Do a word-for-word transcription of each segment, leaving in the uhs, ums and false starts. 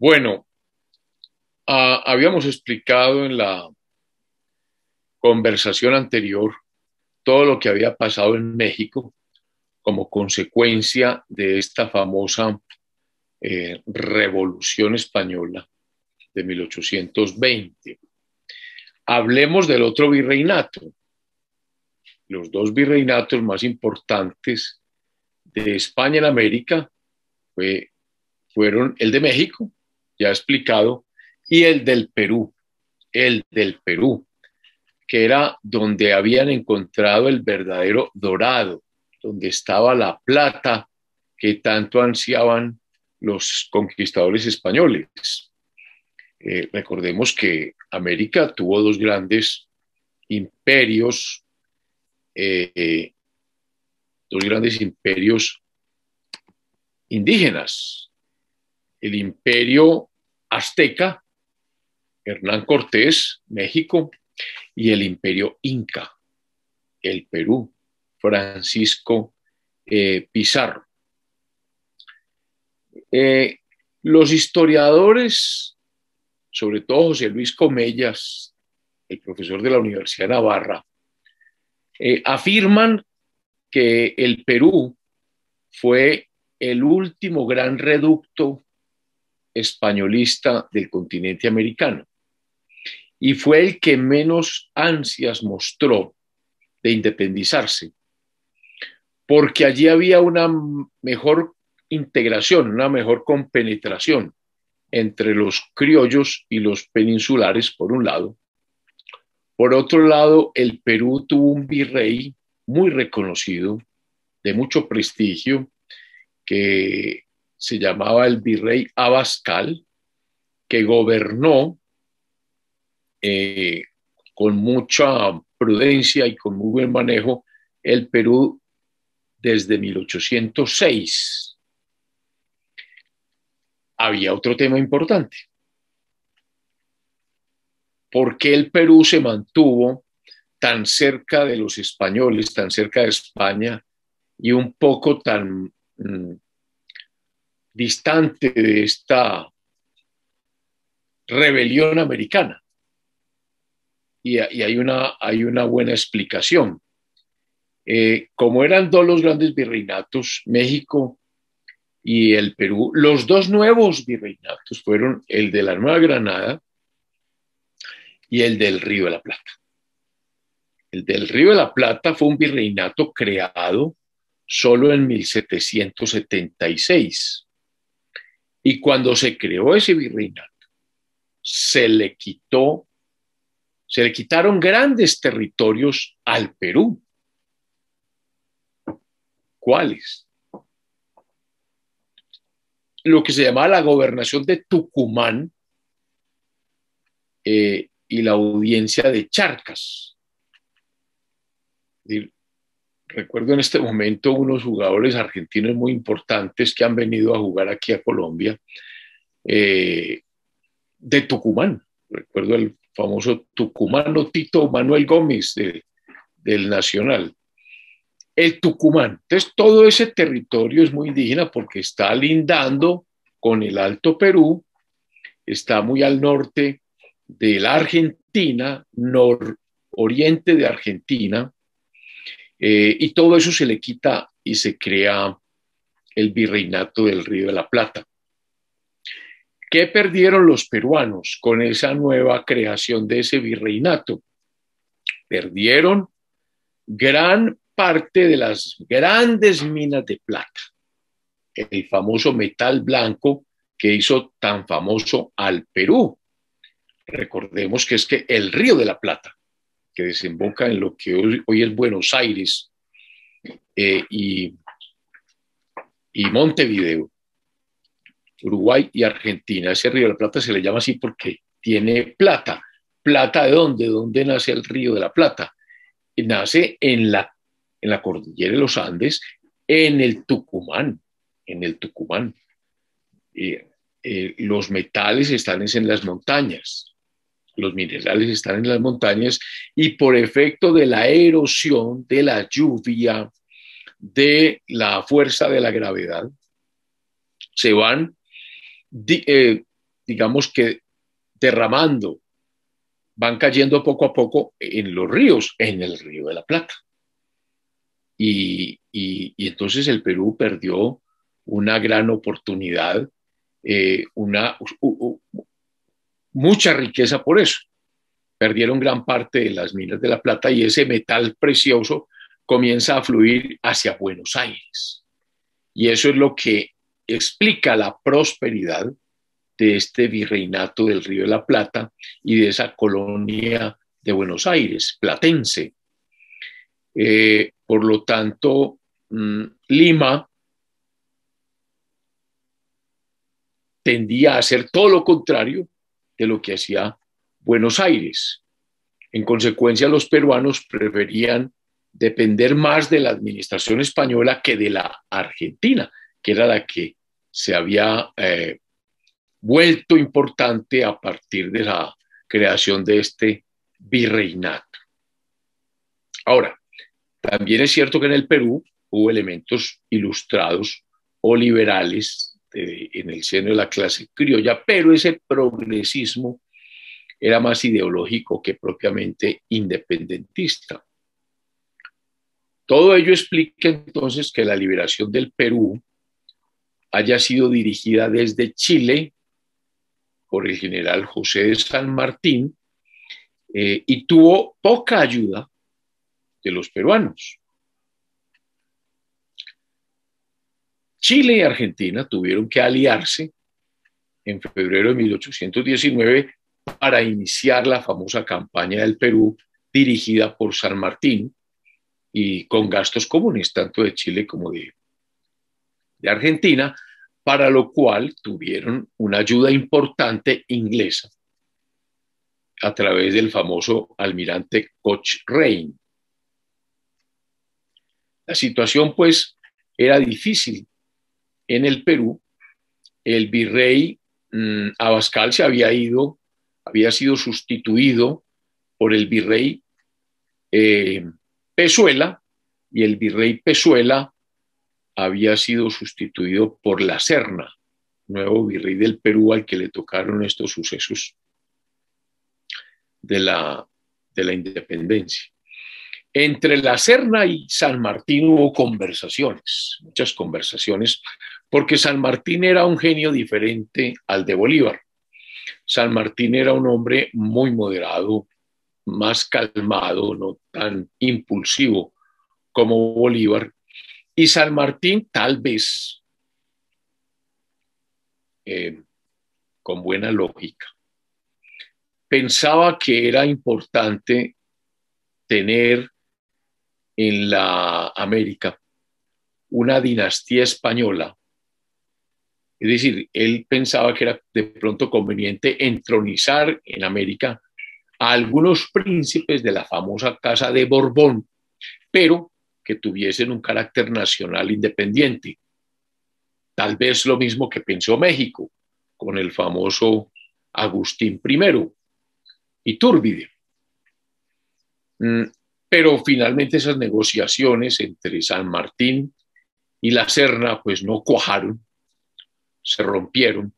Bueno, ah, habíamos explicado en la conversación anterior todo lo que había pasado en México como consecuencia de esta famosa eh, Revolución Española de mil ochocientos veinte. Hablemos del otro virreinato, los dos virreinatos más importantes de España en América fue, fueron el de México, ya explicado, y el del Perú, el del Perú, que era donde habían encontrado el verdadero dorado, donde estaba la plata que tanto ansiaban los conquistadores españoles. Eh, recordemos que América tuvo dos grandes imperios, eh, eh, dos grandes imperios indígenas. El imperio azteca, Hernán Cortés, México, y el imperio inca, el Perú, Francisco eh, Pizarro. Eh, los historiadores, sobre todo José Luis Comellas, el profesor de la Universidad de Navarra, eh, afirman que el Perú fue el último gran reducto españolista del continente americano y fue el que menos ansias mostró de independizarse, porque allí había una mejor integración, una mejor compenetración entre los criollos y los peninsulares, por un lado. Por otro lado, el Perú tuvo un virrey muy reconocido, de mucho prestigio, que se llamaba el virrey Abascal, que gobernó eh, con mucha prudencia y con muy buen manejo el Perú desde mil ochocientos seis. Había otro tema importante. ¿Por qué el Perú se mantuvo tan cerca de los españoles, tan cerca de España y un poco tan mmm, distante de esta rebelión americana? Y, y hay, una, hay una buena explicación. Eh, como eran dos los grandes virreinatos, México y el Perú, los dos nuevos virreinatos fueron el de la Nueva Granada y el del Río de la Plata. El del Río de la Plata fue un virreinato creado solo en mil setecientos setenta y seis. Y cuando se creó ese virreinato, se le quitó, se le quitaron grandes territorios al Perú. ¿Cuáles? Lo que se llamaba la gobernación de Tucumán eh, y la audiencia de Charcas. Y recuerdo en este momento unos jugadores argentinos muy importantes que han venido a jugar aquí a Colombia, eh, de Tucumán. Recuerdo el famoso tucumano Tito Manuel Gómez de, del Nacional. El Tucumán. Entonces, todo ese territorio es muy indígena porque está lindando con el Alto Perú, está muy al norte de la Argentina, nororiente de Argentina, eh, y todo eso se le quita y se crea el virreinato del Río de la Plata. ¿Qué perdieron los peruanos con esa nueva creación de ese virreinato? Perdieron gran parte de las grandes minas de plata, el famoso metal blanco que hizo tan famoso al Perú. Recordemos que es que el Río de la Plata, que desemboca en lo que hoy, hoy es Buenos Aires eh, y, y Montevideo, Uruguay y Argentina, ese Río de la Plata se le llama así porque tiene plata. ¿Plata de dónde? ¿Dónde nace el Río de la Plata? Y nace en la, en la cordillera de los Andes, en el Tucumán, en el Tucumán. Eh, eh, los metales están en las montañas, los minerales están en las montañas y por efecto de la erosión, de la lluvia, de la fuerza de la gravedad, se van di, eh, digamos que derramando, van cayendo poco a poco en los ríos, en el Río de la Plata. Y, y, y entonces el Perú perdió una gran oportunidad, eh, una, uh, uh, mucha riqueza por eso. Perdieron gran parte de las minas de la plata y ese metal precioso comienza a fluir hacia Buenos Aires. Y eso es lo que explica la prosperidad de este virreinato del Río de la Plata y de esa colonia de Buenos Aires, platense. Eh, por lo tanto, mmm, Lima tendía a hacer todo lo contrario de lo que hacía Buenos Aires. En consecuencia, los peruanos preferían depender más de la administración española que de la argentina, que era la que se había eh, vuelto importante a partir de la creación de este virreinato. Ahora, también es cierto que en el Perú hubo elementos ilustrados o liberales de, en el seno de la clase criolla, pero ese progresismo era más ideológico que propiamente independentista. Todo ello explica entonces que la liberación del Perú haya sido dirigida desde Chile por el general José de San Martín eh, y tuvo poca ayuda de los peruanos. Chile y Argentina tuvieron que aliarse en febrero de mil ochocientos diecinueve para iniciar la famosa campaña del Perú dirigida por San Martín y con gastos comunes tanto de Chile como de, de Argentina, para lo cual tuvieron una ayuda importante inglesa a través del famoso almirante Cochrane. La situación pues era difícil en el Perú. El virrey mmm, Abascal se había ido, había sido sustituido por el virrey eh, Pezuela, y el virrey Pezuela había sido sustituido por La Serna, nuevo virrey del Perú al que le tocaron estos sucesos de la, de la independencia. Entre La Serna y San Martín hubo conversaciones, muchas conversaciones, porque San Martín era un genio diferente al de Bolívar. San Martín era un hombre muy moderado, más calmado, no tan impulsivo como Bolívar. Y San Martín, tal vez, eh, con buena lógica, pensaba que era importante tener en la América una dinastía española. Es decir, él pensaba que era de pronto conveniente entronizar en América a algunos príncipes de la famosa Casa de Borbón, pero que tuviesen un carácter nacional independiente. Tal vez lo mismo que pensó México con el famoso Agustín primero, Iturbide. Pero finalmente esas negociaciones entre San Martín y La Serna pues no cuajaron, se rompieron.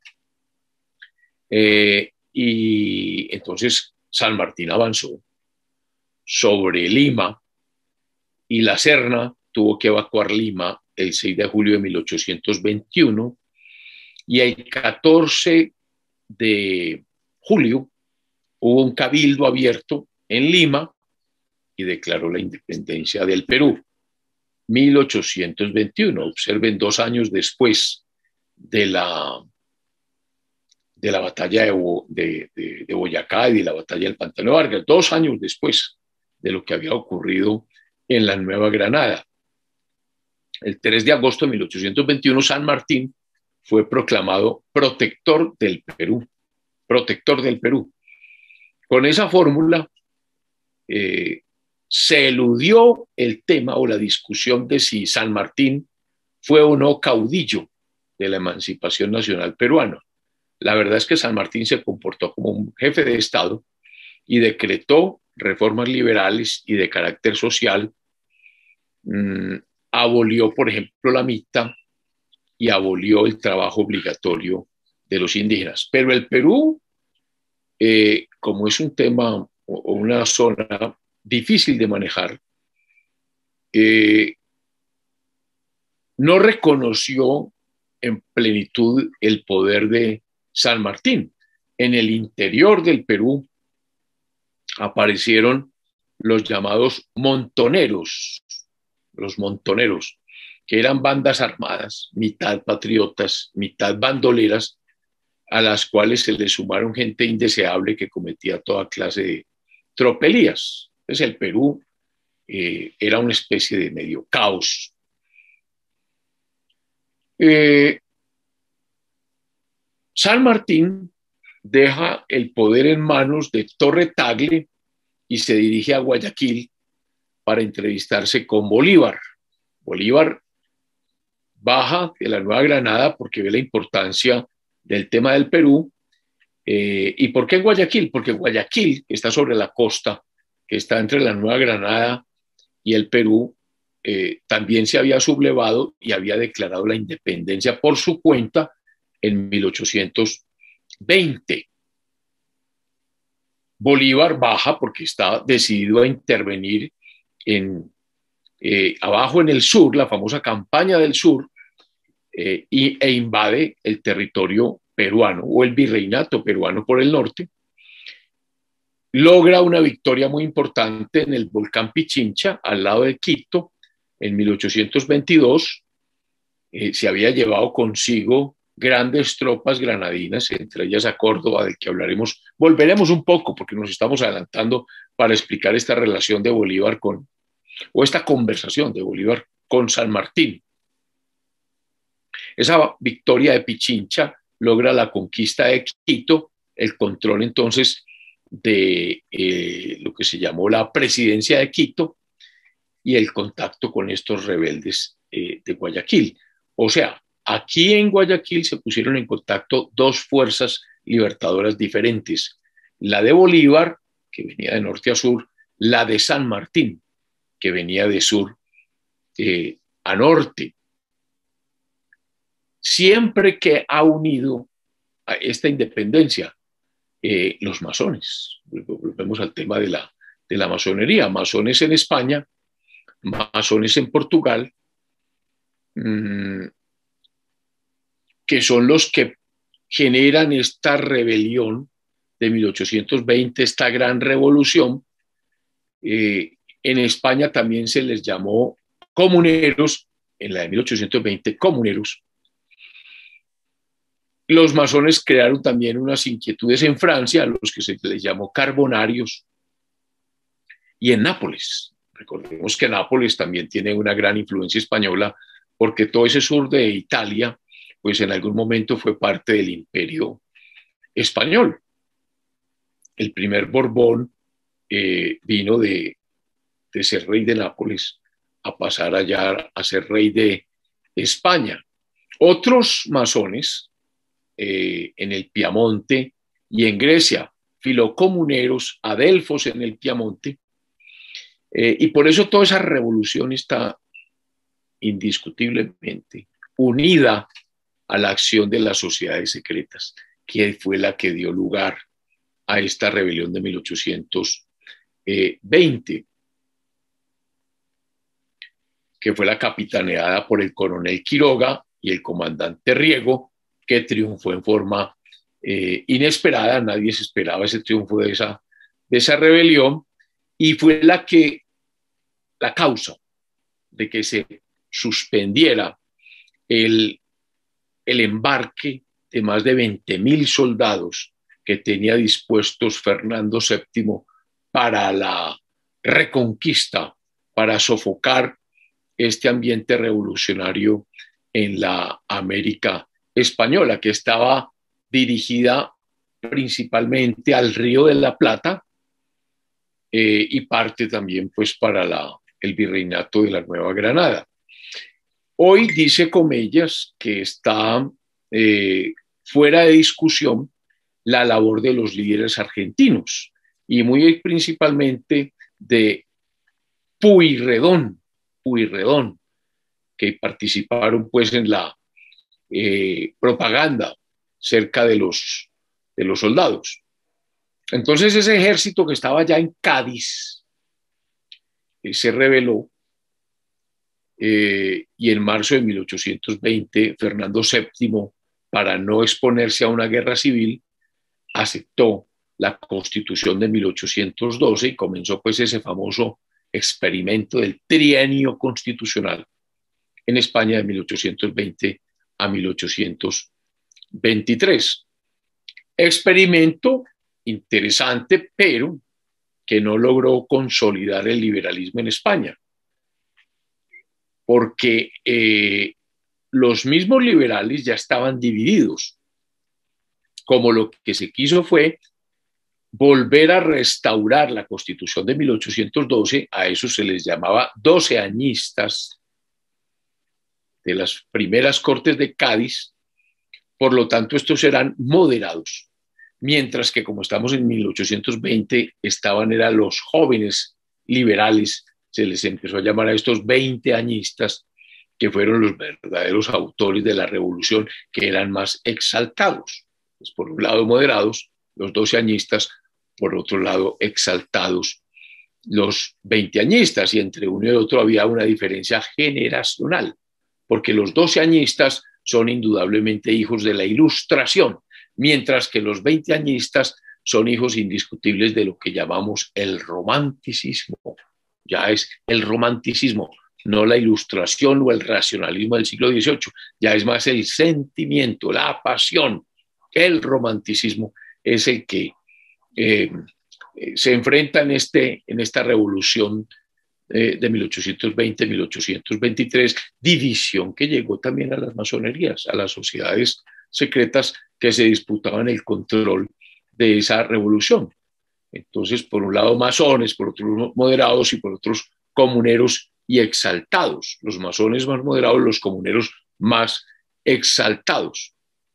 Eh, y entonces San Martín avanzó sobre Lima y La Serna tuvo que evacuar Lima el seis de julio de mil ochocientos veintiuno y el catorce de julio hubo un cabildo abierto en Lima y declaró la independencia del Perú. mil ochocientos veintiuno, observen, dos años después de la, de la batalla de, de, de, de Boyacá y de la batalla del Pantano de Vargas, dos años después de lo que había ocurrido en la Nueva Granada. El tres de agosto de mil ochocientos veintiuno, San Martín fue proclamado protector del Perú, protector del Perú. Con esa fórmula eh, se eludió el tema o la discusión de si San Martín fue o no caudillo de la emancipación nacional peruana. La verdad es que San Martín se comportó como un jefe de Estado y decretó reformas liberales y de carácter social. Mmm, abolió, por ejemplo, la mita y abolió el trabajo obligatorio de los indígenas. Pero el Perú, eh, como es un tema o una zona difícil de manejar, eh, no reconoció en plenitud el poder de San Martín. En el interior del Perú aparecieron los llamados montoneros, los montoneros, que eran bandas armadas, mitad patriotas, mitad bandoleras, a las cuales se le sumaron gente indeseable que cometía toda clase de tropelías. Entonces el Perú eh, era una especie de medio caos. Eh, San Martín deja el poder en manos de Torre Tagle y se dirige a Guayaquil para entrevistarse con Bolívar. Bolívar baja de la Nueva Granada porque ve la importancia del tema del Perú. Eh, ¿Y por qué en Guayaquil? Porque Guayaquil, que está sobre la costa, que está entre la Nueva Granada y el Perú, eh, también se había sublevado y había declarado la independencia por su cuenta en mil ochocientos veinte. Bolívar baja porque está decidido a intervenir en, eh, abajo en el sur, la famosa campaña del sur, eh, y, e invade el territorio peruano o el virreinato peruano por el norte. Logra una victoria muy importante en el volcán Pichincha, al lado de Quito, en mil ochocientos veintidós. Eh, se había llevado consigo grandes tropas granadinas, entre ellas a Córdoba, del que hablaremos, volveremos un poco porque nos estamos adelantando para explicar esta relación de Bolívar con, o esta conversación de Bolívar con San Martín. Esa victoria de Pichincha logra la conquista de Quito, el control entonces de eh, lo que se llamó la presidencia de Quito y el contacto con estos rebeldes eh, de Guayaquil. O sea, aquí en Guayaquil se pusieron en contacto dos fuerzas libertadoras diferentes, la de Bolívar, que venía de norte a sur, la de San Martín, que venía de sur eh, a norte. Siempre que ha unido a esta independencia eh, los masones. Volvemos al tema de la, de la masonería. Masones en España, masones en Portugal, mmm, que son los que generan esta rebelión de mil ochocientos veinte, esta gran revolución. Eh, en España también se les llamó comuneros, en la de mil ochocientos veinte, comuneros. Los masones crearon también unas inquietudes en Francia, a los que se les llamó carbonarios, y en Nápoles. Recordemos que Nápoles también tiene una gran influencia española, porque todo ese sur de Italia, pues en algún momento fue parte del imperio español. El primer Borbón eh, vino de, de ser rey de Nápoles a pasar allá a ser rey de España. Otros masones eh, en el Piamonte y en Grecia, filocomuneros, adelfos en el Piamonte, eh, y por eso toda esa revolución está indiscutiblemente unida a la acción de las sociedades secretas, que fue la que dio lugar a esta rebelión de mil ochocientos veinte, que fue la capitaneada por el coronel Quiroga y el comandante Riego, que triunfó en forma eh, inesperada. Nadie se esperaba ese triunfo de esa, de esa rebelión, y fue la que, la causa de que se suspendiera el, el embarque de más de veinte mil soldados que tenía dispuestos Fernando séptimo para la reconquista, para sofocar este ambiente revolucionario en la América española, que estaba dirigida principalmente al Río de la Plata eh, y parte también pues para la, el virreinato de la Nueva Granada. Hoy dice Comellas que está eh, fuera de discusión la labor de los líderes argentinos y muy principalmente de Pueyrredón, Pueyrredón, que participaron pues en la eh, propaganda cerca de los, de los soldados. Entonces ese ejército que estaba ya en Cádiz eh, se rebeló eh, y en marzo de mil ochocientos veinte Fernando séptimo, para no exponerse a una guerra civil, aceptó la Constitución de mil ochocientos doce y comenzó pues ese famoso experimento del trienio constitucional en España de mil ochocientos veinte a mil ochocientos veintitrés. Experimento interesante, pero que no logró consolidar el liberalismo en España, porque eh, los mismos liberales ya estaban divididos, como lo que se quiso fue volver a restaurar la Constitución de mil ochocientos doce, a eso se les llamaba doceañistas de las primeras Cortes de Cádiz, por lo tanto estos eran moderados, mientras que como estamos en mil ochocientos veinte, estaban eran los jóvenes liberales, se les empezó a llamar a estos veinteañistas, que fueron los verdaderos autores de la revolución, que eran más exaltados. Pues por un lado moderados, los doceañistas, por otro lado exaltados, los veinteañistas, y entre uno y el otro había una diferencia generacional, porque los doceañistas son indudablemente hijos de la Ilustración, mientras que los veinteañistas son hijos indiscutibles de lo que llamamos el romanticismo. Ya es el romanticismo, no la Ilustración o el racionalismo del siglo dieciocho, ya es más el sentimiento, la pasión. El romanticismo es el que eh, se enfrenta en, este, en esta revolución eh, de mil ochocientos veinte a mil ochocientos veintitrés, división que llegó también a las masonerías, a las sociedades secretas que se disputaban el control de esa revolución. Entonces, por un lado masones, por otro moderados y por otros comuneros y exaltados. Los masones más moderados, los comuneros más exaltados.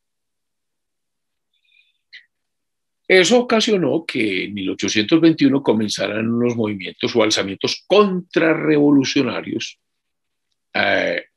Eso ocasionó que en mil ochocientos veintiuno comenzaran unos movimientos o alzamientos contrarrevolucionarios eh,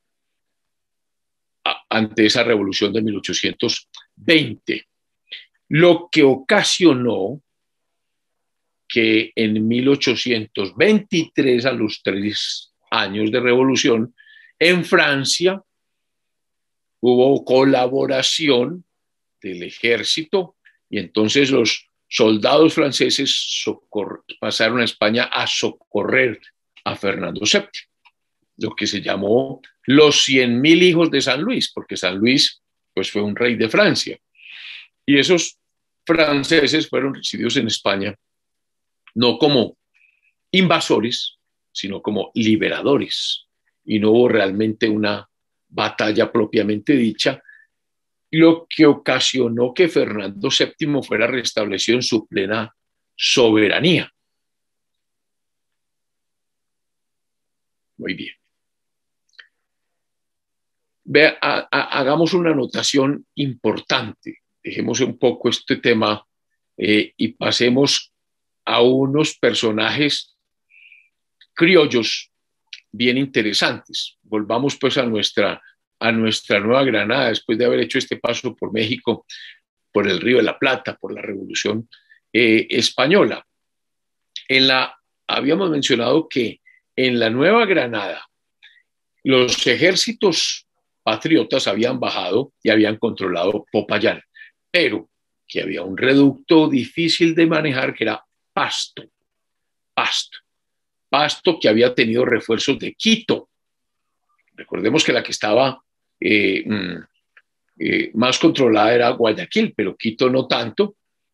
ante esa revolución de mil ochocientos veinte, lo que ocasionó que en mil ochocientos veintitrés, a los tres años de revolución, en Francia hubo colaboración del ejército y entonces los soldados franceses pasaron a España a socorrer a Fernando séptimo, lo que se llamó los cien mil hijos de San Luis, porque San Luis pues, fue un rey de Francia. Y esos franceses fueron recibidos en España no como invasores, sino como liberadores. Y no hubo realmente una batalla propiamente dicha, lo que ocasionó que Fernando séptimo fuera restablecido en su plena soberanía. Muy bien. Ve, a, a, hagamos una anotación importante. Dejemos un poco este tema eh, y pasemos a unos personajes criollos bien interesantes. Volvamos pues a nuestra, a nuestra Nueva Granada, después de haber hecho este paso por México, por el Río de la Plata, por la Revolución eh, Española. En la, habíamos mencionado que en la Nueva Granada los ejércitos patriotas habían bajado y habían controlado Popayán, pero que había un reducto difícil de manejar que era Pasto, Pasto, Pasto que había tenido refuerzos de Quito. Recordemos que la que estaba eh, eh, más controlada era Guayaquil, pero Quito no tanto.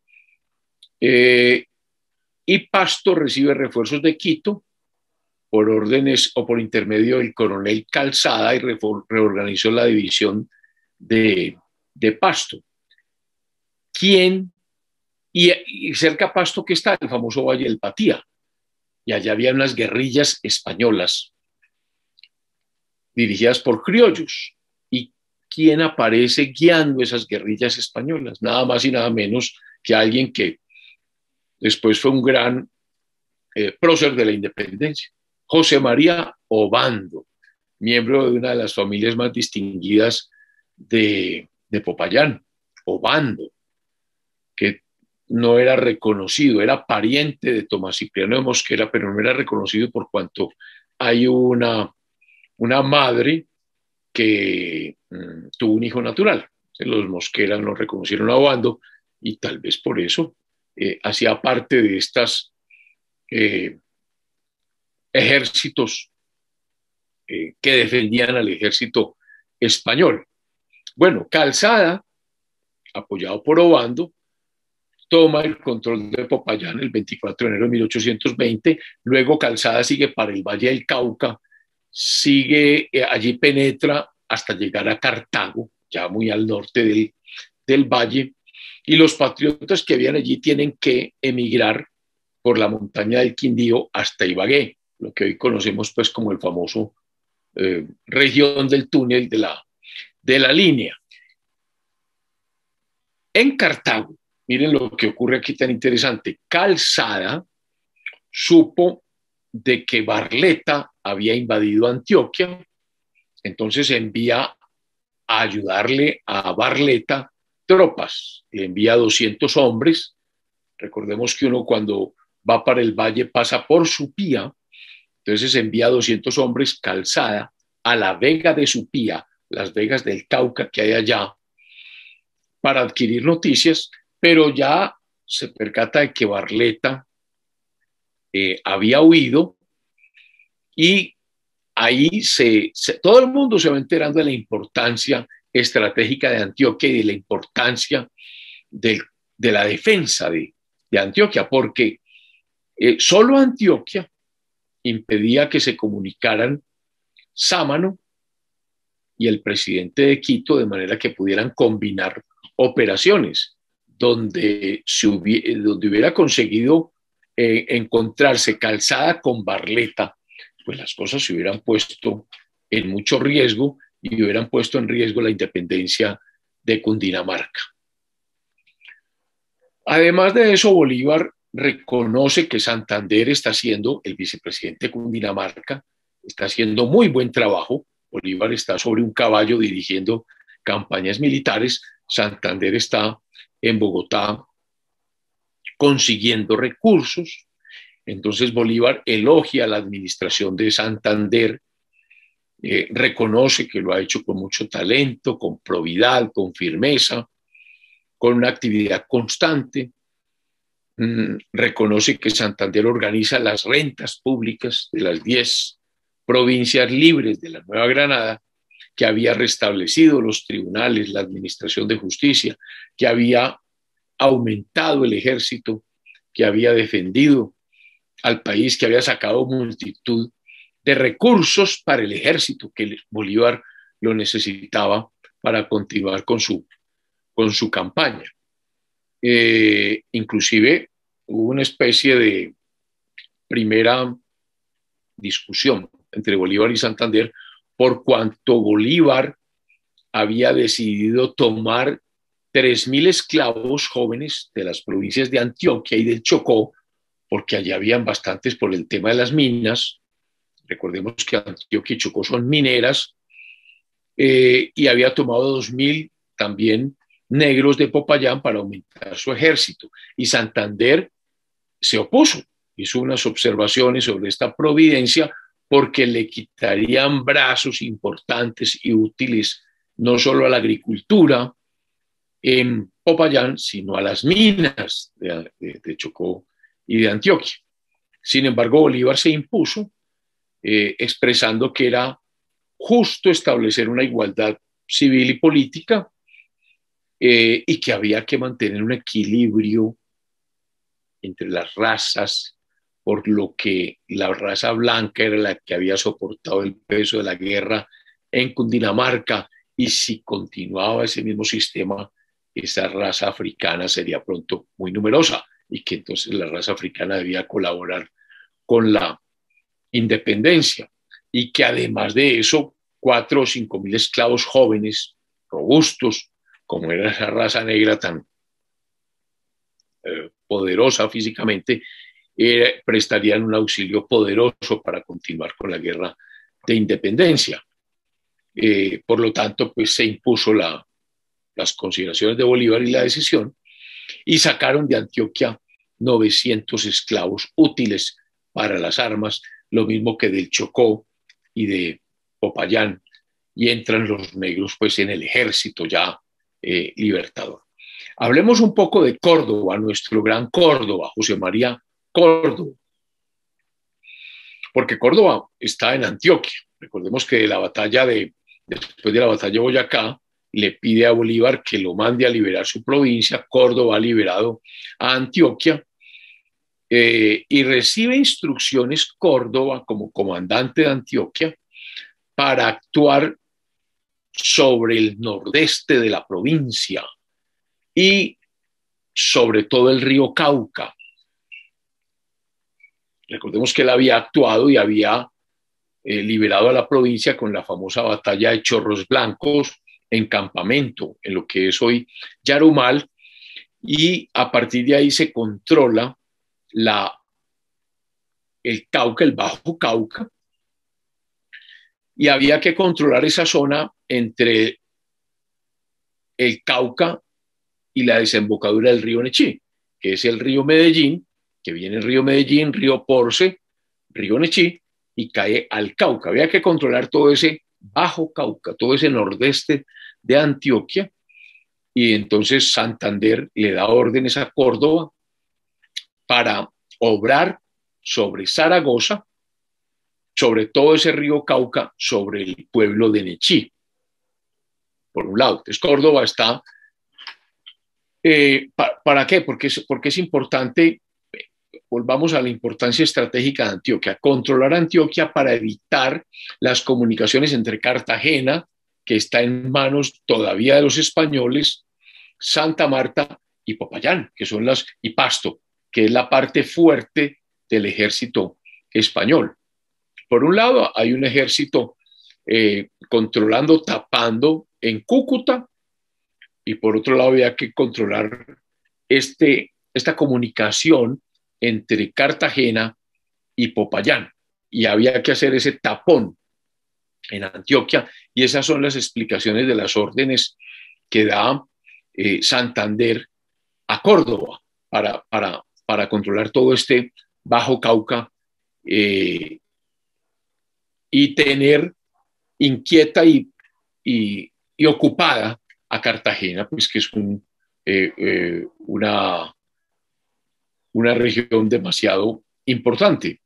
Eh, y Pasto recibe refuerzos de Quito por órdenes o por intermedio del coronel Calzada y reorganizó la división de, de Pasto. ¿Quién? Y, y cerca a Pasto que está el famoso Valle del Patía, y allá había unas guerrillas españolas dirigidas por criollos. ¿Y quién aparece guiando esas guerrillas españolas? Nada más y nada menos que alguien que después fue un gran eh, prócer de la independencia, José María Obando, miembro de una de las familias más distinguidas de, de Popayán, Obando, que no era reconocido, era pariente de Tomás Cipriano de Mosquera, pero no era reconocido por cuanto hay una, una madre que mm, tuvo un hijo natural. Los Mosquera no reconocieron a Obando y tal vez por eso eh, hacía parte de estos eh, ejércitos eh, que defendían al ejército español. Bueno, Calzada, apoyado por Obando, toma el control de Popayán el veinticuatro de enero de mil ochocientos veinte, luego Calzada sigue para el Valle del Cauca, sigue, eh, allí penetra hasta llegar a Cartago, ya muy al norte del, del valle, y los patriotas que habían allí tienen que emigrar por la montaña del Quindío hasta Ibagué, lo que hoy conocemos pues como el famoso eh, región del túnel de la, de la línea. En Cartago, miren lo que ocurre aquí tan interesante, Calzada supo de que Barletta había invadido Antioquia, entonces envía a ayudarle a Barletta tropas, le envía doscientos hombres, recordemos que uno cuando va para el valle pasa por Supía, entonces envía doscientos hombres, Calzada, a la Vega de Supía, las Vegas del Cauca que hay allá, para adquirir noticias, pero ya se percata de que Barletta eh, había huido y ahí se, se, todo el mundo se va enterando de la importancia estratégica de Antioquia y de la importancia de, de la defensa de, de Antioquia, porque eh, solo Antioquia impedía que se comunicaran Sámano y el presidente de Quito de manera que pudieran combinar operaciones donde, se hubiera, donde hubiera conseguido eh, encontrarse Calzada con Barletta, pues las cosas se hubieran puesto en mucho riesgo y hubieran puesto en riesgo la independencia de Cundinamarca. Además de eso, Bolívar reconoce que Santander está haciendo, el vicepresidente de Cundinamarca, está haciendo muy buen trabajo. Bolívar está sobre un caballo dirigiendo campañas militares. Santander está en Bogotá consiguiendo recursos. Entonces Bolívar elogia a la administración de Santander, eh, reconoce que lo ha hecho con mucho talento, con probidad, con firmeza, con una actividad constante. Mm, reconoce que Santander organiza las rentas públicas de las diez provincias libres de la Nueva Granada, que había restablecido los tribunales, la administración de justicia, que había aumentado el ejército, que había defendido al país, que había sacado multitud de recursos para el ejército, que Bolívar lo necesitaba para continuar con su, con su campaña. Eh, inclusive hubo una especie de primera discusión entre Bolívar y Santander por cuanto Bolívar había decidido tomar tres mil esclavos jóvenes de las provincias de Antioquia y del Chocó, porque allá habían bastantes por el tema de las minas. Recordemos que Antioquia y Chocó son mineras, eh, y había tomado dos mil también negros de Popayán para aumentar su ejército. Y Santander se opuso, hizo unas observaciones sobre esta providencia porque le quitarían brazos importantes y útiles no solo a la agricultura en Popayán, sino a las minas de, de, de Chocó y de Antioquia. Sin embargo, Bolívar se impuso, eh, expresando que era justo establecer una igualdad civil y política, eh, y que había que mantener un equilibrio entre las razas, por lo que la raza blanca era la que había soportado el peso de la guerra en Cundinamarca, y si continuaba ese mismo sistema, esa raza africana sería pronto muy numerosa, y que entonces la raza africana debía colaborar con la independencia, y que además de eso, cuatro o cinco mil esclavos jóvenes, robustos, como era esa raza negra tan eh, poderosa físicamente, eh, prestarían un auxilio poderoso para continuar con la guerra de independencia. Eh, por lo tanto, pues se impuso la, las consideraciones de Bolívar y la decisión, y sacaron de Antioquia novecientos esclavos útiles para las armas, lo mismo que del Chocó y de Popayán, y entran los negros pues en el ejército ya eh, libertador. Hablemos un poco de Córdoba, nuestro gran Córdoba, José María Córdoba, porque Córdoba está en Antioquia. Recordemos que la batalla de, después de la batalla de Boyacá, le pide a Bolívar que lo mande a liberar su provincia. Córdoba ha liberado a Antioquia eh, y recibe instrucciones Córdoba como comandante de Antioquia para actuar sobre el nordeste de la provincia y sobre todo el río Cauca. Recordemos que él había actuado y había eh, liberado a la provincia con la famosa batalla de Chorros Blancos en Campamento, en lo que es hoy Yarumal, y a partir de ahí se controla la, el Cauca, el Bajo Cauca, y había que controlar esa zona entre el Cauca y la desembocadura del río Nechí, que es el río Medellín, que viene el río Medellín, río Porce, río Nechí, y cae al Cauca. Había que controlar todo ese Bajo Cauca, todo ese nordeste de Antioquia, y entonces Santander le da órdenes a Córdoba para obrar sobre Zaragoza, sobre todo ese río Cauca, sobre el pueblo de Nechí, por un lado. Entonces Córdoba está... Eh, ¿para, ¿Para qué? Porque es, porque es importante, volvamos a la importancia estratégica de Antioquia, controlar Antioquia para evitar las comunicaciones entre Cartagena, que está en manos todavía de los españoles, Santa Marta y Popayán, que son las, y Pasto, que es la parte fuerte del ejército español. Por un lado, hay un ejército eh, controlando, tapando en Cúcuta, y por otro lado había que controlar este, esta comunicación entre Cartagena y Popayán, y había que hacer ese tapón en Antioquia, y esas son las explicaciones de las órdenes que da eh, Santander a Córdoba para, para, para controlar todo este Bajo Cauca eh, y tener inquieta y, y, y ocupada a Cartagena, pues que es un, eh, eh, una, una región demasiado importante.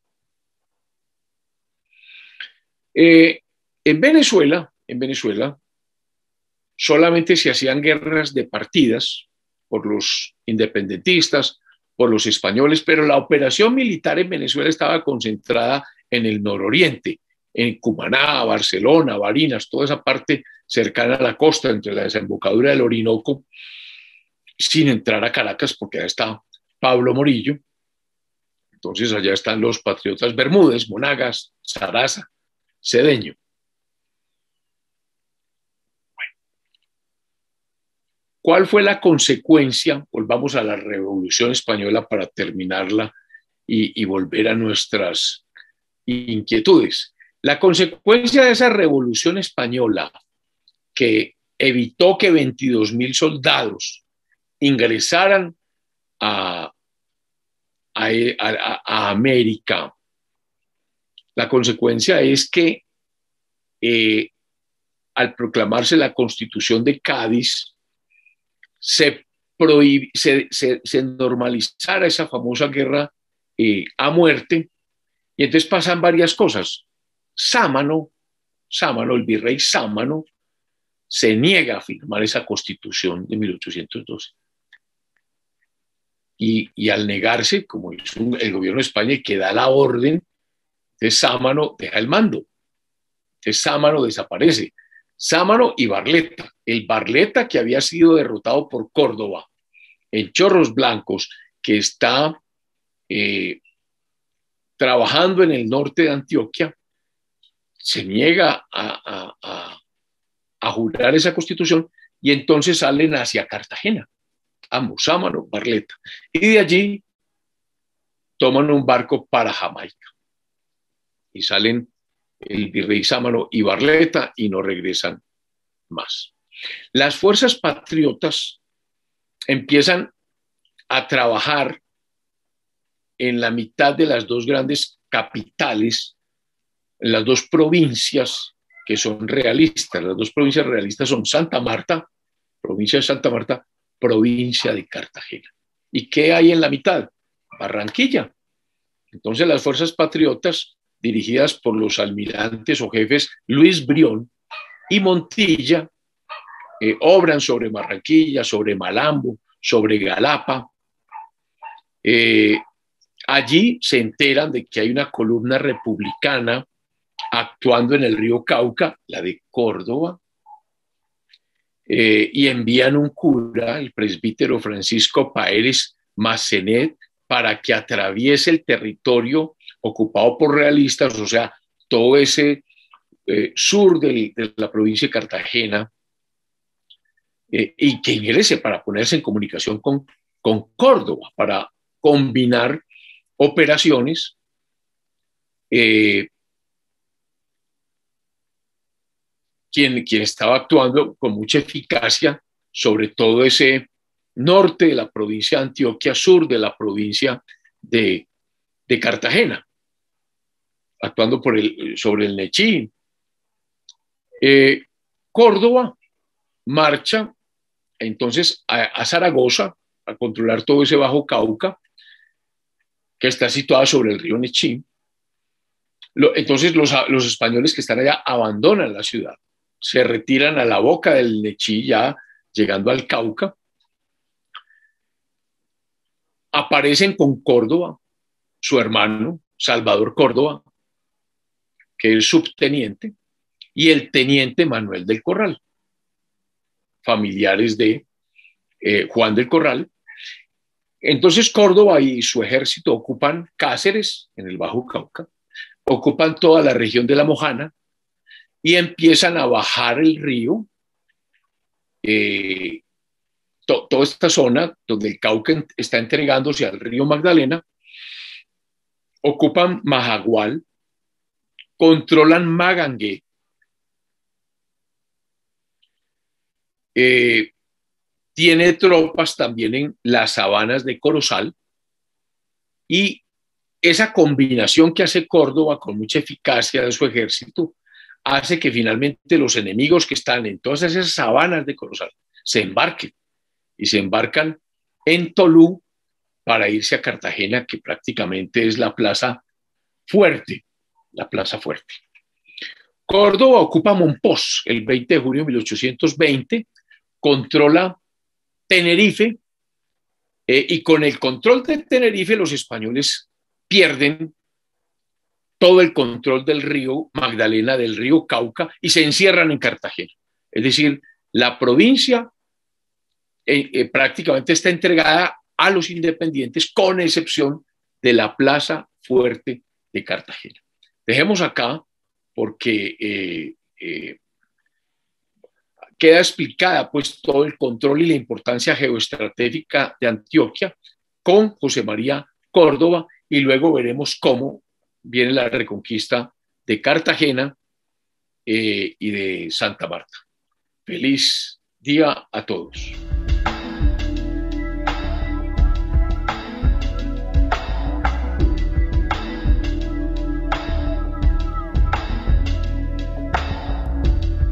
Eh, en Venezuela, en Venezuela, solamente se hacían guerras de partidas por los independentistas, por los españoles, pero la operación militar en Venezuela estaba concentrada en el nororiente, en Cumaná, Barcelona, Barinas, toda esa parte cercana a la costa, entre la desembocadura del Orinoco, sin entrar a Caracas, porque allá está Pablo Morillo. Entonces allá están los patriotas Bermúdez, Monagas, Sarasa, Cedeño. Bueno. ¿Cuál fue la consecuencia? Volvamos a la Revolución Española para terminarla y, y volver a nuestras inquietudes. La consecuencia de esa Revolución Española, que evitó que veintidós mil soldados ingresaran a, a, a, a América, la consecuencia es que eh, al proclamarse la Constitución de Cádiz, se, prohib, se, se, se normalizara esa famosa guerra eh, a muerte, y entonces pasan varias cosas. Sámano, Sámano, el virrey Sámano, se niega a firmar esa Constitución de mil ochocientos doce. Y, y al negarse, como es un, el gobierno de España que da la orden, entonces Sámano deja el mando. Entonces Sámano desaparece. Sámano y Barletta. El Barletta que había sido derrotado por Córdoba en Chorros Blancos, que está eh, trabajando en el norte de Antioquia, se niega a, a, a, a jurar esa constitución, y entonces salen hacia Cartagena, ambos, Sámano, Barletta, y de allí toman un barco para Jamaica, y salen el virrey Sámano y Barletta y no regresan más. Las fuerzas patriotas empiezan a trabajar en la mitad de las dos grandes capitales, en las dos provincias que son realistas. Las dos provincias realistas son Santa Marta, provincia de Santa Marta, provincia de Cartagena. ¿Y qué hay en la mitad? Barranquilla. Entonces las fuerzas patriotas, dirigidas por los almirantes o jefes Luis Brión y Montilla, eh, obran sobre Barranquilla, sobre Malambo, sobre Galapa. Eh, allí se enteran de que hay una columna republicana actuando en el río Cauca, la de Córdoba, eh, y envían un cura, el presbítero Francisco Paérez Massenet, para que atraviese el territorio ocupado por realistas, o sea, todo ese eh, sur del, de la provincia de Cartagena, eh, y que ingrese para ponerse en comunicación con, con Córdoba, para combinar operaciones eh, quien, quien estaba actuando con mucha eficacia sobre todo ese norte de la provincia de Antioquia, sur de la provincia de, de Cartagena, actuando por el, sobre el Nechí. Eh, Córdoba marcha entonces a, a Zaragoza a controlar todo ese Bajo Cauca, que está situado sobre el río Nechí. Lo, entonces los, los españoles que están allá abandonan la ciudad, se retiran a la boca del Nechí, ya llegando al Cauca. Aparecen con Córdoba, su hermano, Salvador Córdoba, que es subteniente, y el teniente Manuel del Corral, familiares de eh, Juan del Corral. Entonces Córdoba y su ejército ocupan Cáceres, en el Bajo Cauca, ocupan toda la región de la Mojana y empiezan a bajar el río, eh, to, toda esta zona donde el Cauca está entregándose al río Magdalena, ocupan Majagual, controlan Magangué, eh, tiene tropas también en las sabanas de Corozal, y esa combinación que hace Córdoba con mucha eficacia de su ejército hace que finalmente los enemigos que están en todas esas sabanas de Corozal se embarquen y se embarcan en Tolú para irse a Cartagena, que prácticamente es la plaza fuerte, la plaza fuerte. Córdoba ocupa Monpós el veinte de junio de mil ochocientos veinte, controla Tenerife, eh, y con el control de Tenerife los españoles pierden todo el control del río Magdalena, del río Cauca, y se encierran en Cartagena. Es decir, la provincia eh, eh, prácticamente está entregada a los independientes, con excepción de la plaza fuerte de Cartagena. Dejemos acá porque eh, eh, queda explicada pues todo el control y la importancia geoestratégica de Antioquia con José María Córdoba, y luego veremos cómo viene la reconquista de Cartagena eh, y de Santa Marta. Feliz día a todos.